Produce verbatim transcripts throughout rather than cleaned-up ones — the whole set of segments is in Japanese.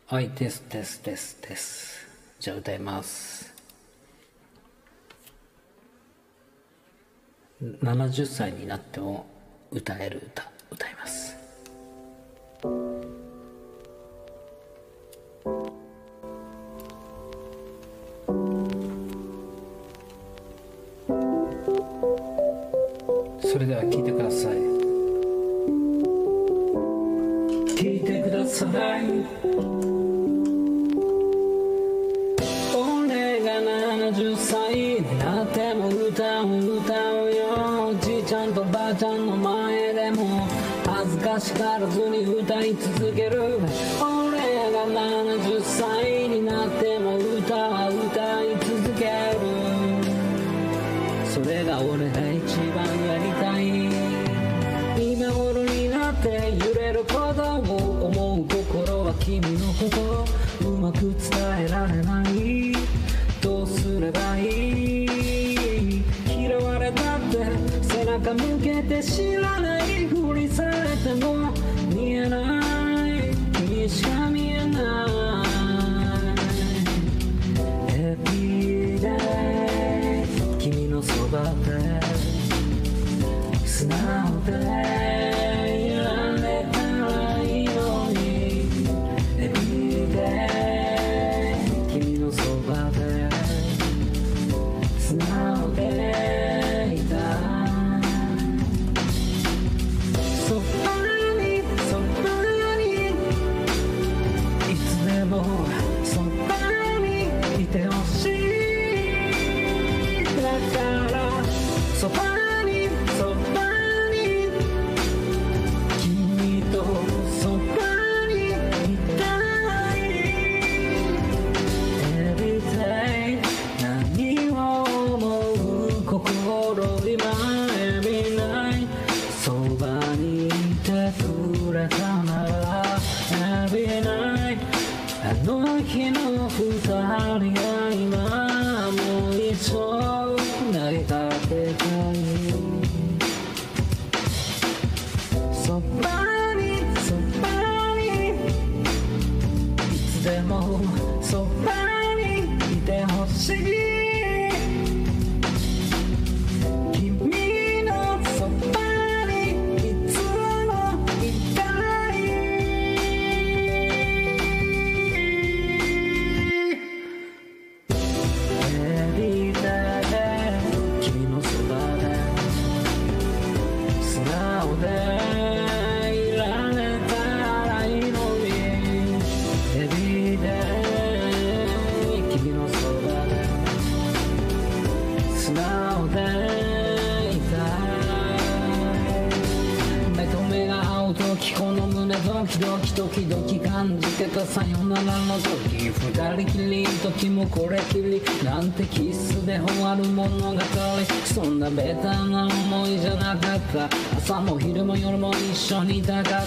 はい、テステステステス。じゃあ歌います。ななじゅっさいになっても歌える歌、歌います。それでは聴いてください。聴いてください。俺がななじゅっさいになっても歌を歌うよ。じいちゃんとばあちゃんの前でも恥ずかしがらずに歌い続ける。俺がななじゅっさいになっても歌は歌い続ける。それが俺が一番やりたい。今頃になって揺れることを思う心は君のことうまく伝えられない。どうすればいい。嫌われたって背中向けて知らないふりされても見えない君しか見えない。 Every day 君のそばで素直でいられたらいいのに Every day 君のそばで素直でいた。そばにそばにいつでもそばにいてほしい。だからそばにそばに君とそばにいたい。 Every day 何を思う心今 Every night そばにいてくれたなら Every night あの日の二人が今もう一度なりたてたい。そばにそばにいつでもそばにいてほしい。君のそばにいつもいたい。Every day 君のそばで素直でいられたらいいのに Every day 君のそばで素直でいたい。目と目が合う時この胸ドキドキドキドキ感じてたさよならの時二人きり時もこれきりなんてキスで終わる物語。そんなベタな思いじゃなかった。朝も昼も夜も一緒にいたかった。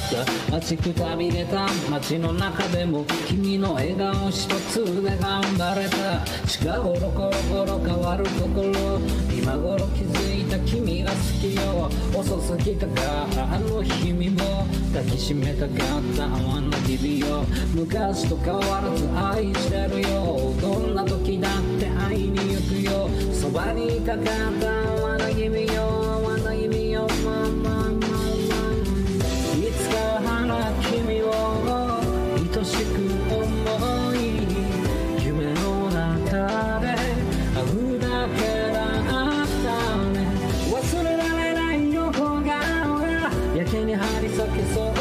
待ちくたびれた街の中でも君の笑顔一つで頑張れた。近頃コロコロ変わる心今頃気づいた君が好きよ。遅すぎたからあの日々を抱きしめたかったあの日々を昔と変わらず愛してるよ。どんな時だって会いに行くよ。そばにいたかったわな君よわな君よまあまあまあまあいつか花君を愛しく思い夢の中で会うだけだったね。忘れられない横顔がやけに張り裂けそう